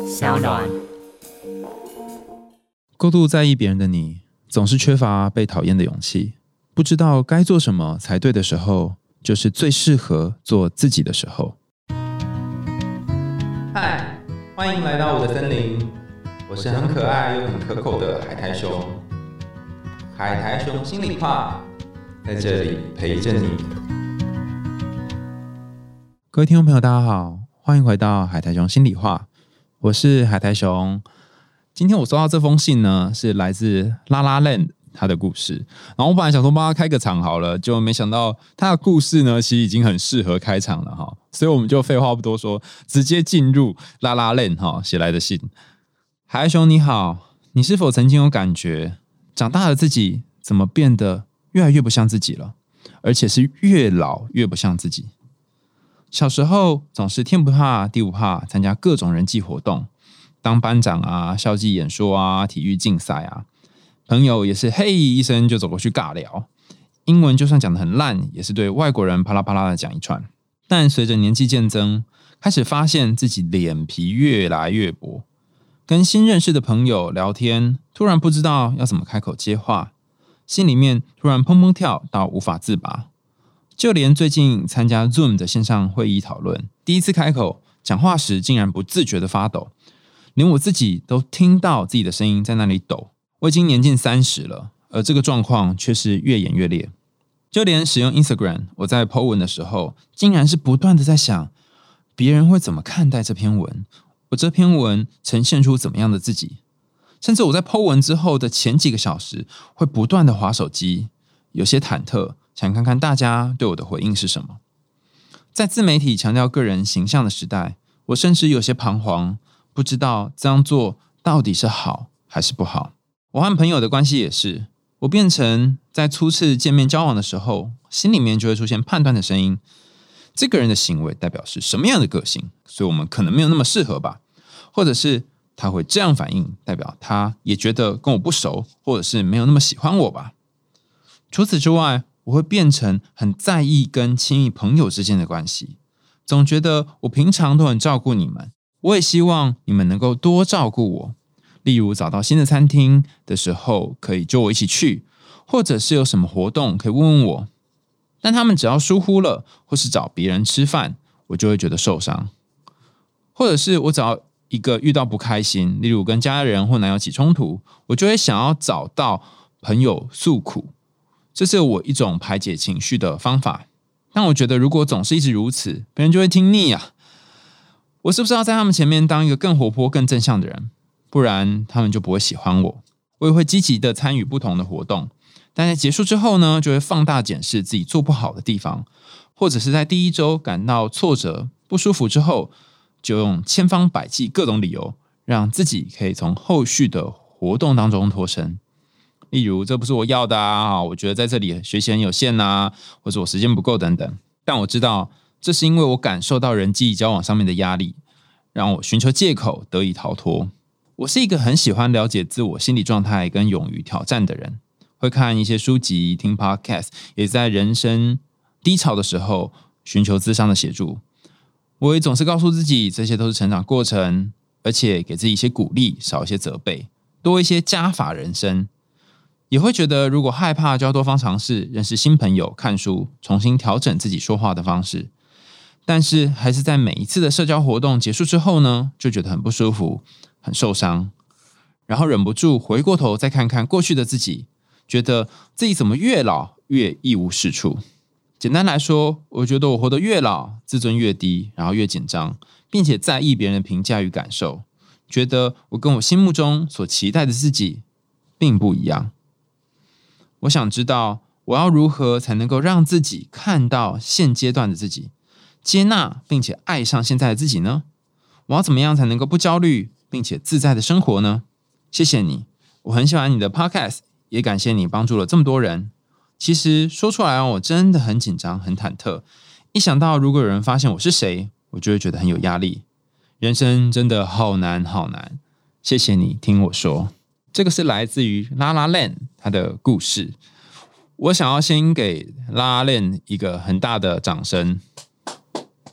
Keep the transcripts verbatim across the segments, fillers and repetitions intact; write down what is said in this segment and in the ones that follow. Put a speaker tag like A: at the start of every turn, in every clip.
A: 小暖。
B: 过度在意别人的你，总是缺乏被讨厌的勇气，不知道该做什么才对的时候，就是最适合做自己的时候。嗨，欢迎来到我的森林，我是很可爱又很可口的海苔熊。海苔熊心里话，在这里陪着你。各位听众朋友，大家好，欢迎回到海苔熊心里话，我是海苔熊。今天我收到这封信呢，是来自拉拉链他的故事。然后我本来想说帮他开个场好了，就没想到他的故事呢，其实已经很适合开场了哈。所以我们就废话不多说，直接进入拉拉链哈写来的信。海苔熊你好，你是否曾经有感觉，长大的自己怎么变得越来越不像自己了，而且是越老越不像自己？小时候总是天不怕地不怕，参加各种人际活动。当班长啊，校际演说啊，体育竞赛啊，朋友也是嘿一声就走过去尬聊。英文就算讲得很烂，也是对外国人啪啦啪啦的讲一串。但随着年纪渐增，开始发现自己脸皮越来越薄，跟新认识的朋友聊天，突然不知道要怎么开口接话，心里面突然砰砰跳到无法自拔。就连最近参加 Zoom 的线上会议讨论，第一次开口讲话时，竟然不自觉的发抖。连我自己都听到自己的声音在那里抖。我已经年近三十了，而这个状况却是越演越烈。就连使用 Instagram， 我在 po 文的时候，竟然是不断的在想，别人会怎么看待这篇文？我这篇文呈现出怎么样的自己？甚至我在 po 文之后的前几个小时，会不断的滑手机，有些忐忑，想看看大家对我的回应是什么。在自媒体强调个人形象的时代，我甚至有些彷徨。不知道这样做到底是好还是不好。我和朋友的关系也是，我变成在初次见面交往的时候，心里面就会出现判断的声音，这个人的行为代表是什么样的个性，所以我们可能没有那么适合吧，或者是他会这样反应，代表他也觉得跟我不熟，或者是没有那么喜欢我吧。除此之外，我会变成很在意跟亲密朋友之间的关系，总觉得我平常都很照顾你们，我也希望你们能够多照顾我，例如找到新的餐厅的时候可以揪我一起去，或者是有什么活动可以问问我。但他们只要疏忽了，或是找别人吃饭，我就会觉得受伤。或者是我找一个遇到不开心，例如跟家人或男友起冲突，我就会想要找到朋友诉苦，这是我一种排解情绪的方法。但我觉得如果总是一直如此，别人就会听腻啊。我是不是要在他们前面当一个更活泼更正向的人，不然他们就不会喜欢我。我也会积极的参与不同的活动，但在结束之后呢，就会放大检视自己做不好的地方，或者是在第一周感到挫折不舒服之后，就用千方百计各种理由让自己可以从后续的活动当中脱身。例如这不是我要的啊，我觉得在这里学习很有限啊，或者我时间不够等等。但我知道这是因为我感受到人际交往上面的压力，让我寻求借口得以逃脱。我是一个很喜欢了解自我心理状态跟勇于挑战的人，会看一些书籍，听 podcast， 也在人生低潮的时候寻求諮商的协助。我也总是告诉自己，这些都是成长过程，而且给自己一些鼓励，少一些责备，多一些加法人生。也会觉得如果害怕，就要多方尝试，认识新朋友，看书，重新调整自己说话的方式。但是还是在每一次的社交活动结束之后呢，就觉得很不舒服，很受伤，然后忍不住回过头再看看过去的自己，觉得自己怎么越老越一无是处。简单来说，我觉得我活得越老，自尊越低，然后越紧张，并且在意别人的评价与感受，觉得我跟我心目中所期待的自己并不一样。我想知道我要如何才能够让自己看到现阶段的自己，接纳并且爱上现在的自己呢？我要怎么样才能够不焦虑并且自在的生活呢？谢谢你，我很喜欢你的 podcast， 也感谢你帮助了这么多人。其实说出来我真的很紧张很忐忑，一想到如果有人发现我是谁，我就会觉得很有压力。人生真的好难好难，谢谢你听我说。这个是来自于拉拉链他的故事。我想要先给拉拉链一个很大的掌声。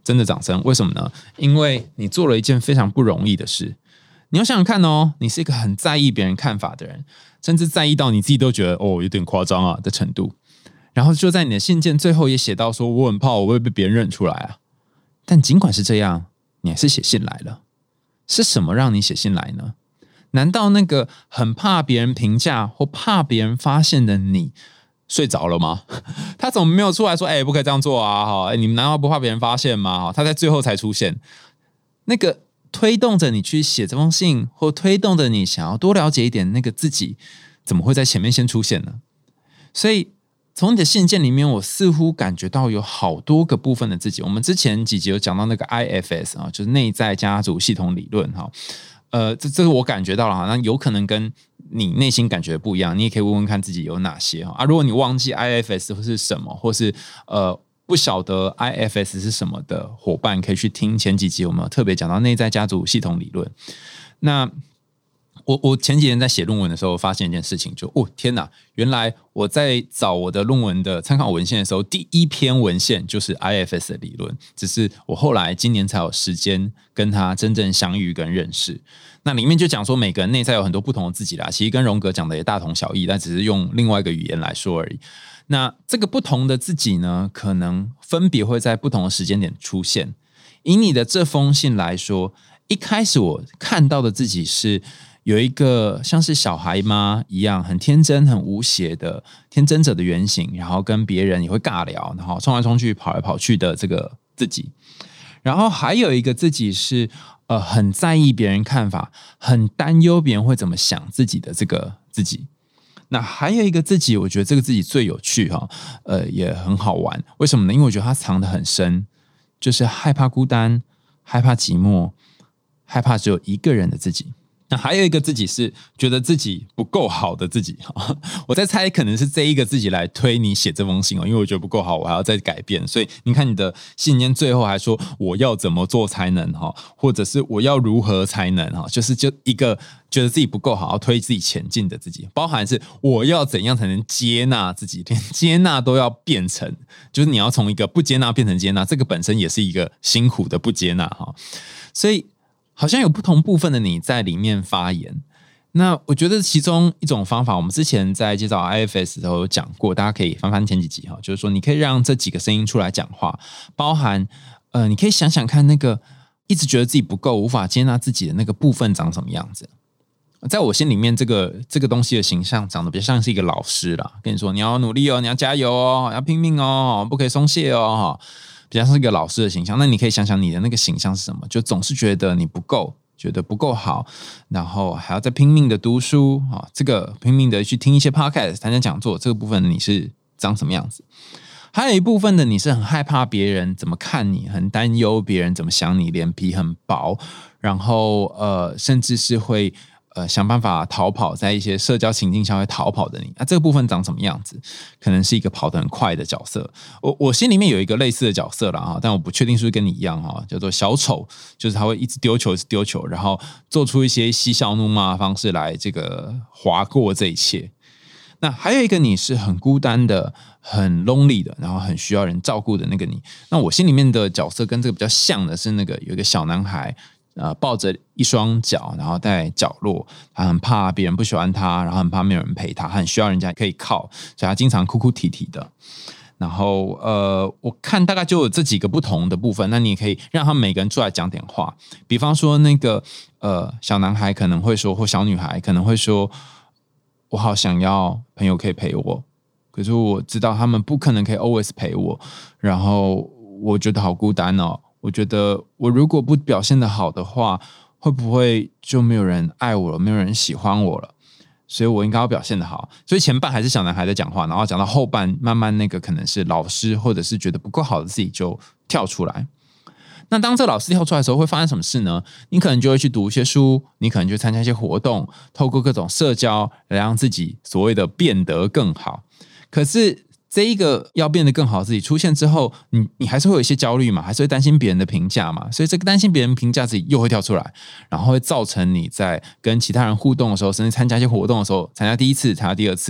B: 真的掌声。为什么呢？因为你做了一件非常不容易的事。你要想想看哦，你是一个很在意别人看法的人，甚至在意到你自己都觉得哦有点夸张啊的程度。然后就在你的信件最后也写到说，我很怕我会被别人认出来啊。但尽管是这样，你还是写信来了。是什么让你写信来呢？难道那个很怕别人评价或怕别人发现的你睡着了吗？他怎么没有出来说，哎、欸，不可以这样做啊？欸、你们难道不怕别人发现吗？他在最后才出现。那个推动着你去写这封信，或推动着你想要多了解一点那个自己，怎么会在前面先出现呢？所以从你的信件里面，我似乎感觉到有好多个部分的自己。我们之前几集有讲到那个 I F S 啊，就是内在家族系统理论哈。呃，这这个我感觉到了，那有可能跟你内心感觉不一样，你也可以问问看自己有哪些啊。如果你忘记 I F S 是什么，或是呃不晓得 I F S 是什么的伙伴，可以去听前几集，我们有特别讲到内在家族系统理论。那我我前几天在写论文的时候，发现一件事情，就哦天哪，原来我在找我的论文的参考文献的时候，第一篇文献就是 I F S 的理论，只是我后来今年才有时间跟他真正相遇跟认识。那里面就讲说，每个人内在有很多不同的自己啦，其实跟荣格讲的也大同小异，但只是用另外一个语言来说而已。那这个不同的自己呢，可能分别会在不同的时间点出现。以你的这封信来说，一开始我看到的自己是有一个像是小孩吗一样很天真很无邪的天真者的原型，然后跟别人也会尬聊，然后冲来冲去跑来跑去的这个自己。然后还有一个自己是呃很在意别人看法，很担忧别人会怎么想自己的这个自己。那还有一个自己，我觉得这个自己最有趣哈，呃也很好玩。为什么呢？因为我觉得它藏得很深，就是害怕孤单，害怕寂寞，害怕只有一个人的自己。那还有一个自己是觉得自己不够好的自己，我在猜可能是这一个自己来推你写这封信哦，因为我觉得不够好，我还要再改变。所以你看你的信件最后还说我要怎么做才能哈，或者是我要如何才能哈，就是就一个觉得自己不够好，要推自己前进的自己，包含是我要怎样才能接纳自己，连接纳都要变成，就是你要从一个不接纳变成接纳，这个本身也是一个辛苦的不接纳哈，所以。好像有不同部分的你在里面发言，那我觉得其中一种方法，我们之前在介绍 I F S 的时候有讲过，大家可以翻翻前几集哈，就是说你可以让这几个声音出来讲话，包含呃，你可以想想看那个一直觉得自己不够、无法接纳自己的那个部分长什么样子。在我心里面，这个这个东西的形象长得比较像是一个老师啦，跟你说你要努力哦，你要加油哦，要拼命哦，不可以松懈哦。比较像是一个老师的形象，那你可以想想你的那个形象是什么？就总是觉得你不够，觉得不够好，然后还要再拼命的读书啊，这个拼命的去听一些 podcast、参加讲座，这个部分你是长什么样子？还有一部分的你是很害怕别人怎么看你，很担忧别人怎么想你，脸皮很薄，然后呃，甚至是会。呃，想办法逃跑，在一些社交情境下会逃跑的你，那、啊、这个部分长什么样子？可能是一个跑得很快的角色。我我心里面有一个类似的角色啦哈，但我不确定是不是跟你一样哈，叫做小丑，就是他会一直丢球，一直丢球，然后做出一些嬉笑怒骂的方式来这个划过这一切。那还有一个你是很孤单的、很 lonely 的，然后很需要人照顾的那个你。那我心里面的角色跟这个比较像的是那个有一个小男孩。呃，抱着一双脚，然后在角落，他很怕别人不喜欢他，然后很怕没有人陪他，很需要人家可以靠，所以他经常哭哭啼啼的。然后，呃，我看大概就有这几个不同的部分，那你也可以让他们每个人出来讲点话。比方说，那个呃小男孩可能会说，或小女孩可能会说，我好想要朋友可以陪我，可是我知道他们不可能可以 always 陪我，然后我觉得好孤单哦。我觉得我如果不表现得好的话，会不会就没有人爱我了，没有人喜欢我了？所以我应该要表现得好。所以前半还是小男孩在讲话，然后讲到后半，慢慢那个可能是老师或者是觉得不够好的自己就跳出来。那当这老师跳出来的时候，会发生什么事呢？你可能就会去读一些书，你可能就参加一些活动，透过各种社交来让自己所谓的变得更好。可是这一个要变得更好的自己出现之后，你你还是会有一些焦虑嘛，还是会担心别人的评价嘛，所以这个担心别人评价自己又会跳出来，然后会造成你在跟其他人互动的时候，甚至参加一些活动的时候，参加第一次、参加第二次，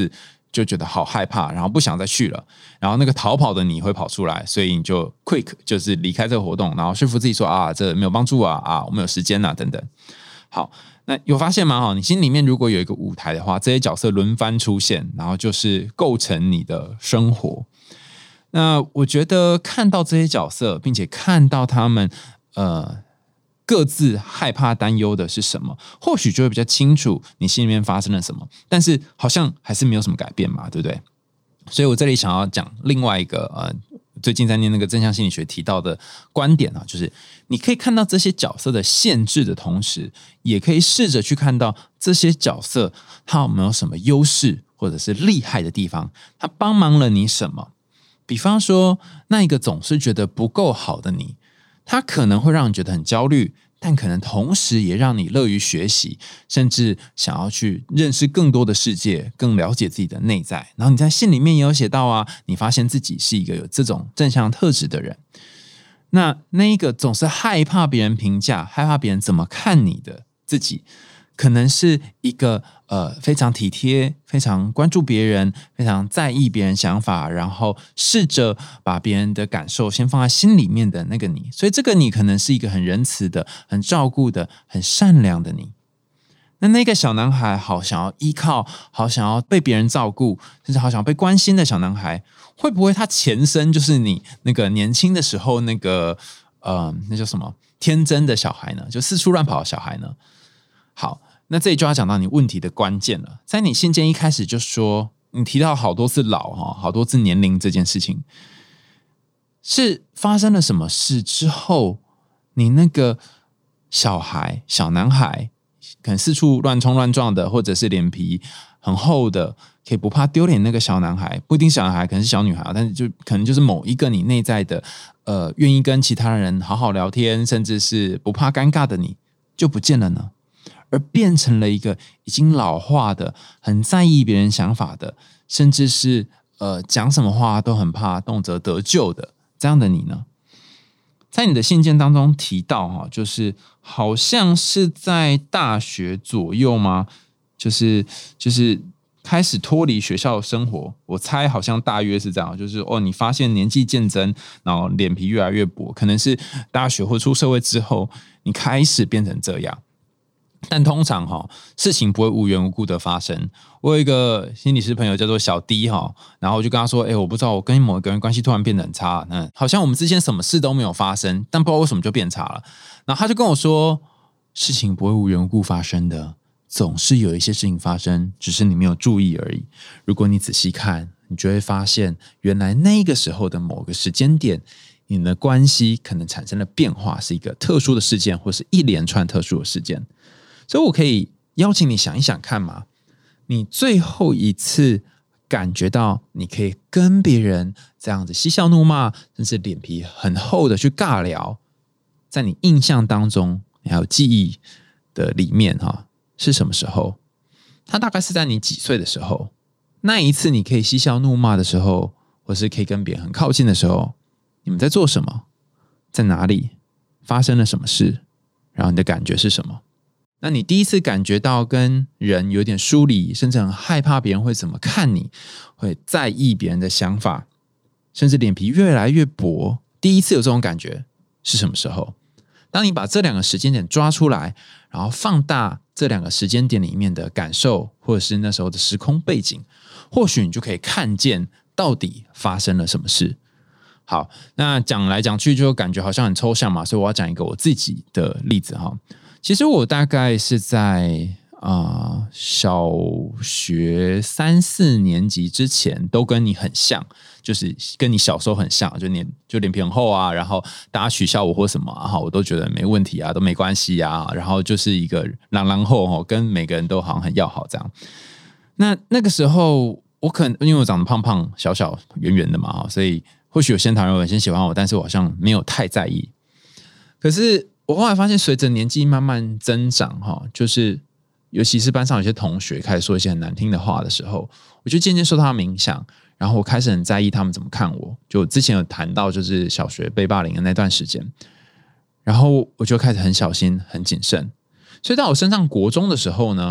B: 就觉得好害怕，然后不想再去了，然后那个逃跑的你会跑出来，所以你就 quick 就是离开这个活动，然后说服自己说啊，这没有帮助啊，啊，我们有时间啊，等等。好，那有发现吗？哈，你心里面如果有一个舞台的话，这些角色轮番出现，然后就是构成你的生活。那我觉得看到这些角色，并且看到他们呃各自害怕担忧的是什么，或许就会比较清楚你心里面发生了什么，但是好像还是没有什么改变嘛，对不对？所以我这里想要讲另外一个呃，最近在念那个正向心理学提到的观点啊，就是你可以看到这些角色的限制的同时，也可以试着去看到这些角色他有没有什么优势或者是厉害的地方，他帮忙了你什么。比方说，那一个总是觉得不够好的你，他可能会让你觉得很焦虑，但可能同时也让你乐于学习，甚至想要去认识更多的世界，更了解自己的内在。然后你在信里面也有写到啊，你发现自己是一个有这种正向特质的人。那那一个总是害怕别人评价，害怕别人怎么看你的自己，可能是一个呃非常体贴、非常关注别人、非常在意别人想法，然后试着把别人的感受先放在心里面的那个你。所以这个你可能是一个很仁慈的、很照顾的、很善良的你。那那个小男孩好想要依靠，好想要被别人照顾，甚至好想要被关心的小男孩，会不会他前身就是你那个年轻的时候那个呃那叫什么天真的小孩呢？就四处乱跑的小孩呢？好，那这里就要讲到你问题的关键了。在你信件一开始就说，你提到好多次老，好多次年龄这件事情，是发生了什么事之后，你那个小孩小男孩可能四处乱冲乱撞的，或者是脸皮很厚的，可以不怕丢脸那个小男孩，不一定小男孩，可能是小女孩，但是就可能就是某一个你内在的呃，愿意跟其他人好好聊天，甚至是不怕尴尬的你，就不见了呢？而变成了一个已经老化的、很在意别人想法的，甚至是呃讲什么话都很怕动辄得咎的这样的你呢？在你的信件当中提到哈，就是好像是在大学左右吗？就是就是开始脱离学校生活，我猜好像大约是这样，就是哦，你发现年纪渐增，然后脸皮越来越薄，可能是大学或出社会之后，你开始变成这样。但通常哈，事情不会无缘无故的发生。我有一个心理师朋友叫做小 D 哈，然后我就跟他说：“哎、欸，我不知道我跟某一个人关系突然变得很差，那好像我们之间什么事都没有发生，但不知道为什么就变差了。”然后他就跟我说：“事情不会无缘无故发生的，总是有一些事情发生，只是你没有注意而已。如果你仔细看，你就会发现，原来那个时候的某个时间点，你们的关系可能产生了变化，是一个特殊的事件，或是一连串特殊的事件。”所以我可以邀请你想一想看嘛，你最后一次感觉到你可以跟别人这样子嬉笑怒骂，甚至脸皮很厚的去尬聊，在你印象当中，你还有记忆的里面哈，是什么时候？它大概是在你几岁的时候？那一次你可以嬉笑怒骂的时候，或是可以跟别人很靠近的时候，你们在做什么？在哪里？发生了什么事？然后你的感觉是什么？那你第一次感觉到跟人有点疏离，甚至很害怕别人会怎么看你，会在意别人的想法，甚至脸皮越来越薄，第一次有这种感觉是什么时候？当你把这两个时间点抓出来，然后放大这两个时间点里面的感受，或者是那时候的时空背景，或许你就可以看见到底发生了什么事。好，那讲来讲去就感觉好像很抽象嘛，所以我要讲一个我自己的例子哈。其实我大概是在啊、呃、小学三四年级之前都跟你很像，就是跟你小时候很像，就脸就脸皮很厚啊，然后大家取笑我或什么啊，我都觉得没问题啊，都没关系啊，然后就是一个朗朗后跟每个人都好像很要好这样。那那个时候我可能因为我长得胖胖小小圆圆的嘛，所以或许有些讨厌我，有些喜欢我，但是我好像没有太在意。可是我后来发现，随着年纪慢慢增长，哈，就是尤其是班上有些同学开始说一些很难听的话的时候，我就渐渐受他们影响，然后我开始很在意他们怎么看我。就之前有谈到，就是小学被霸凌的那段时间，然后我就开始很小心、很谨慎。所以到我升上国中的时候呢，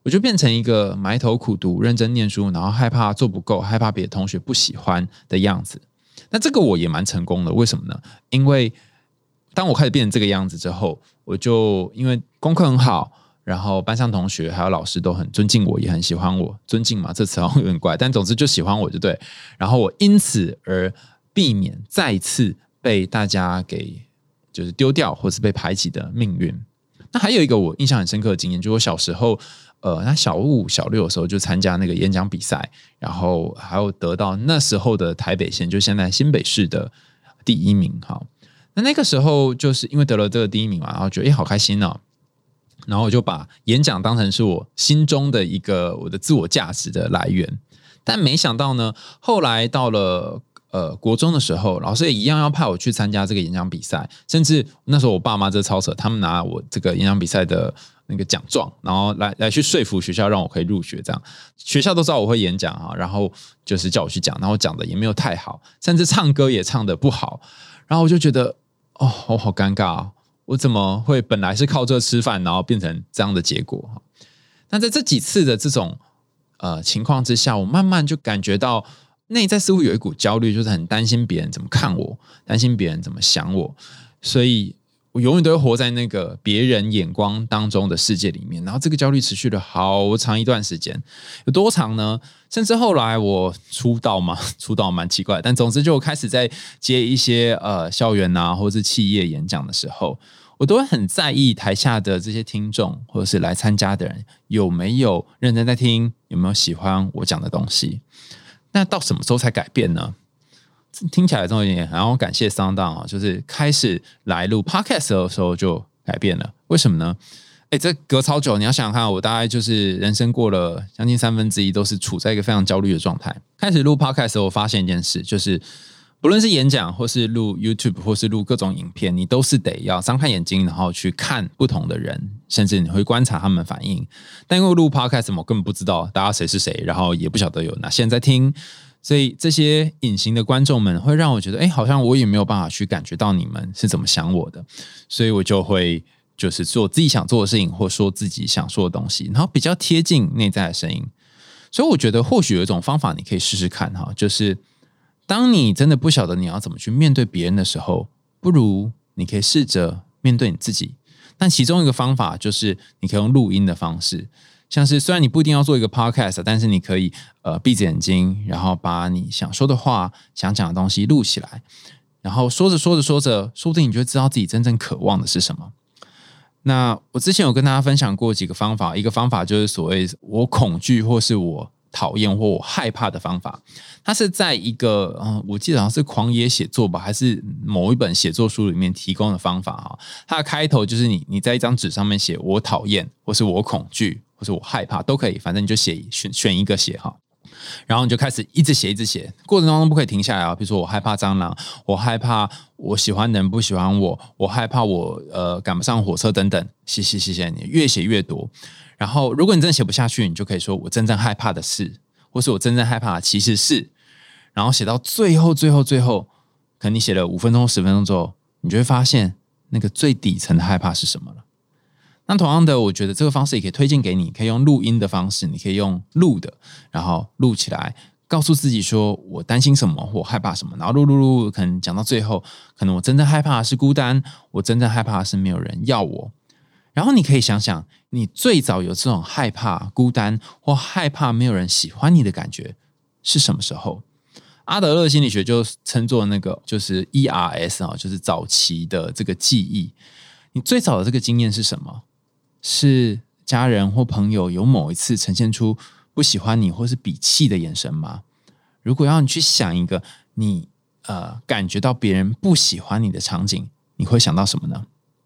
B: 我就变成一个埋头苦读、认真念书，然后害怕做不够，害怕别的同学不喜欢的样子。那这个我也蛮成功的，为什么呢？因为当我开始变成这个样子之后，我就因为功课很好，然后班上同学还有老师都很尊敬我，也很喜欢我。尊敬嘛，这词好像有点怪，但总之就喜欢我就对。然后我因此而避免再次被大家给就是丢掉，或是被排挤的命运。那还有一个我印象很深刻的经验，就是我小时候。呃，那小五、小六的时候就参加那个演讲比赛，然后还有得到那时候的台北县，就现在新北市的第一名。好，那那个时候就是因为得了这个第一名嘛，然后觉得哎好开心哦，然后我就把演讲当成是我心中的一个我的自我价值的来源。但没想到呢，后来到了。呃，国中的时候，老师也一样要派我去参加这个演讲比赛，甚至那时候我爸妈这超扯，他们拿我这个演讲比赛的那个奖状，然后来来去说服学校让我可以入学，这样学校都知道我会演讲啊，然后就是叫我去讲，然后讲的也没有太好，甚至唱歌也唱得不好，然后我就觉得哦，我好尴尬啊，我怎么会本来是靠这吃饭，然后变成这样的结果？那在这几次的这种呃情况之下，我慢慢就感觉到。内在似乎有一股焦虑，就是很担心别人怎么看我，担心别人怎么想我，所以我永远都会活在那个别人眼光当中的世界里面。然后这个焦虑持续了好长一段时间，有多长呢？甚至后来我出道嘛，出道蛮奇怪，但总之就开始在接一些呃校园啊，或者是企业演讲的时候，我都会很在意台下的这些听众或者是来参加的人有没有认真在听，有没有喜欢我讲的东西。那到什么时候才改变呢？听起来这么一点，然后感谢 SoundOn 啊，就是开始来录 Podcast 的时候就改变了。为什么呢？哎，这隔超久，你要想想看，我大概就是人生过了将近三分之一都是处在一个非常焦虑的状态。开始录 Podcast 的时候，我发现一件事，就是不论是演讲，或是录 YouTube， 或是录各种影片，你都是得要张开眼睛，然后去看不同的人，甚至你会观察他们反应。但因为录 Podcast 我根本不知道大家谁是谁，然后也不晓得有哪些人在听，所以这些隐形的观众们会让我觉得，哎，好像我也没有办法去感觉到你们是怎么想我的，所以我就会就是做自己想做的事情，或说自己想说的东西，然后比较贴近内在的声音。所以我觉得或许有一种方法你可以试试看哈，就是当你真的不晓得你要怎么去面对别人的时候，不如你可以试着面对你自己。但其中一个方法就是你可以用录音的方式，像是虽然你不一定要做一个 podcast， 但是你可以呃闭着眼睛，然后把你想说的话、想讲的东西录起来，然后说着说着说着，说不定你就会知道自己真正渴望的是什么。那我之前有跟大家分享过几个方法，一个方法就是所谓我恐惧或是我讨厌或我害怕的方法，它是在一个、呃、我记得好像是狂野写作吧，还是某一本写作书里面提供的方法哈。它的开头就是你你在一张纸上面写我讨厌，或是我恐惧，或是我害怕都可以，反正你就写选选一个写哈。然后你就开始一直写一直写，过程当中不可以停下来啊。比如说我害怕蟑螂，我害怕我喜欢的人不喜欢我，我害怕我呃赶不上火车等等，写写写写，你越写越多。然后如果你真的写不下去，你就可以说我真正害怕的是，或是我真正害怕的其实是，然后写到最后最后最后，可能你写了五分钟十分钟之后，你就会发现那个最底层的害怕是什么了。那同样的，我觉得这个方式也可以推荐给你，可以用录音的方式，你可以用录的，然后录起来，告诉自己说我担心什么，我害怕什么，然后录录录，可能讲到最后，可能我真正害怕的是孤单，我真正害怕的是没有人要我。然后你可以想想，你最早有这种害怕孤单或害怕没有人喜欢你的感觉是什么时候？阿德勒心理学就称作那个就是 E R S 啊，就是早期的这个记忆。你最早的这个经验是什么？是家人或朋友有某一次呈现出不喜欢你或是鄙弃的眼神吗？如果要你去想一个你呃感觉到别人不喜欢你的场景，你会想到什么呢？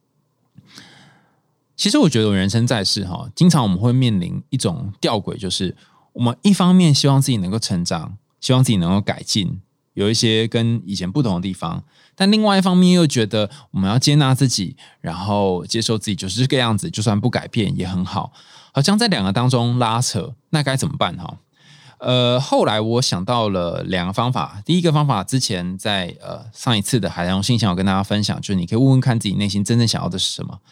B: 其实我觉得人生在世哈，经常我们会面临一种吊诡，就是我们一方面希望自己能够成长，希望自己能够改进，有一些跟以前不同的地方，但另外一方面又觉得我们要接纳自己，然后接受自己就是这个样子，就算不改变也很好，好像在两个当中拉扯，那该怎么办哈？呃，后来我想到了两个方法。第一个方法之前在呃上一次的海洋信箱有跟大家分享，就是你可以问问看自己内心真正想要的是什么。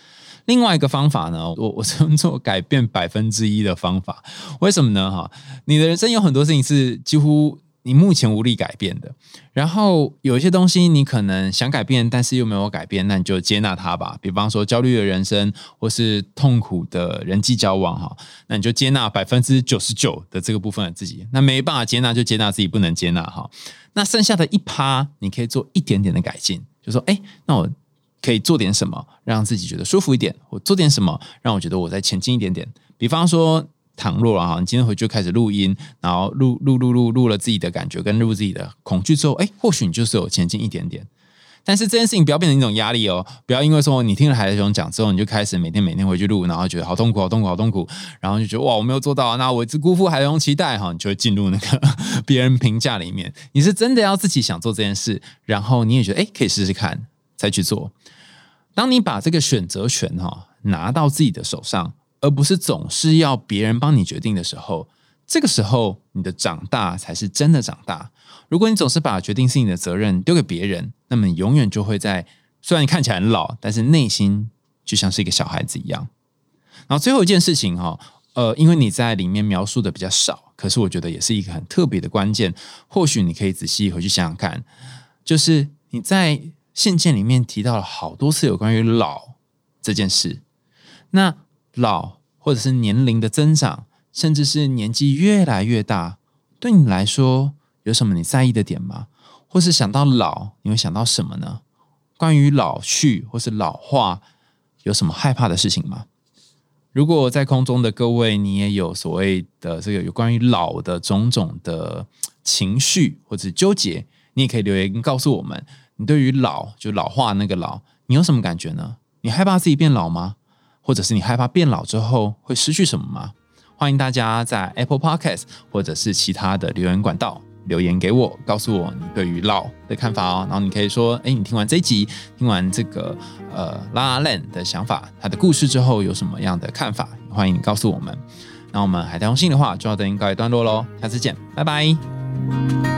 B: 另外一个方法呢，我我称作改变百分之一的方法。为什么呢？哈，你的人生有很多事情是几乎你目前无力改变的，然后有一些东西你可能想改变，但是又没有改变，那你就接纳它吧。比方说焦虑的人生，或是痛苦的人际交往，哈，那你就接纳百分之九十九的这个部分的自己。那没办法接纳，就接纳自己不能接纳，哈。那剩下的一趴，你可以做一点点的改进，就说，哎，那我可以做点什么，让自己觉得舒服一点；我做点什么，让我觉得我再前进一点点。比方说，倘若啊，你今天回去开始录音，然后录录录录录了自己的感觉跟录自己的恐惧之后，哎，或许你就是有前进一点点。但是这件事情不要变成一种压力哦，不要因为说你听了海苔熊讲之后，你就开始每天每天回去录，然后觉得好痛苦、好痛苦、好痛苦，然后就觉得哇，我没有做到，那我只辜负海苔熊期待哈，你就会进入那个别人评价里面。你是真的要自己想做这件事，然后你也觉得哎，可以试试看，再去做。当你把这个选择权哈拿到自己的手上，而不是总是要别人帮你决定的时候，这个时候你的长大才是真的长大。如果你总是把决定事情的责任丢给别人，那么你永远就会在虽然你看起来很老，但是内心就像是一个小孩子一样。然后最后一件事情哈，呃，因为你在里面描述的比较少，可是我觉得也是一个很特别的关键，或许你可以仔细回去想想看，就是你在信件里面提到了好多次有关于老这件事。那老或者是年龄的增长，甚至是年纪越来越大，对你来说有什么你在意的点吗？或是想到老，你会想到什么呢？关于老去或是老化，有什么害怕的事情吗？如果在空中的各位，你也有所谓的这个有关于老的种种的情绪或者纠结，你也可以留言告诉我们，你对于老就老化那个老，你有什么感觉呢？你害怕自己变老吗？或者是你害怕变老之后会失去什么吗？欢迎大家在 Apple Podcast 或者是其他的留言管道留言给我，告诉我你对于老的看法哦。然后你可以说，哎，你听完这一集，听完这个呃 La La Land 的想法，他的故事之后有什么样的看法？欢迎你告诉我们。那我们海苔熊心里话就要等你告一段落喽，下次见，拜拜。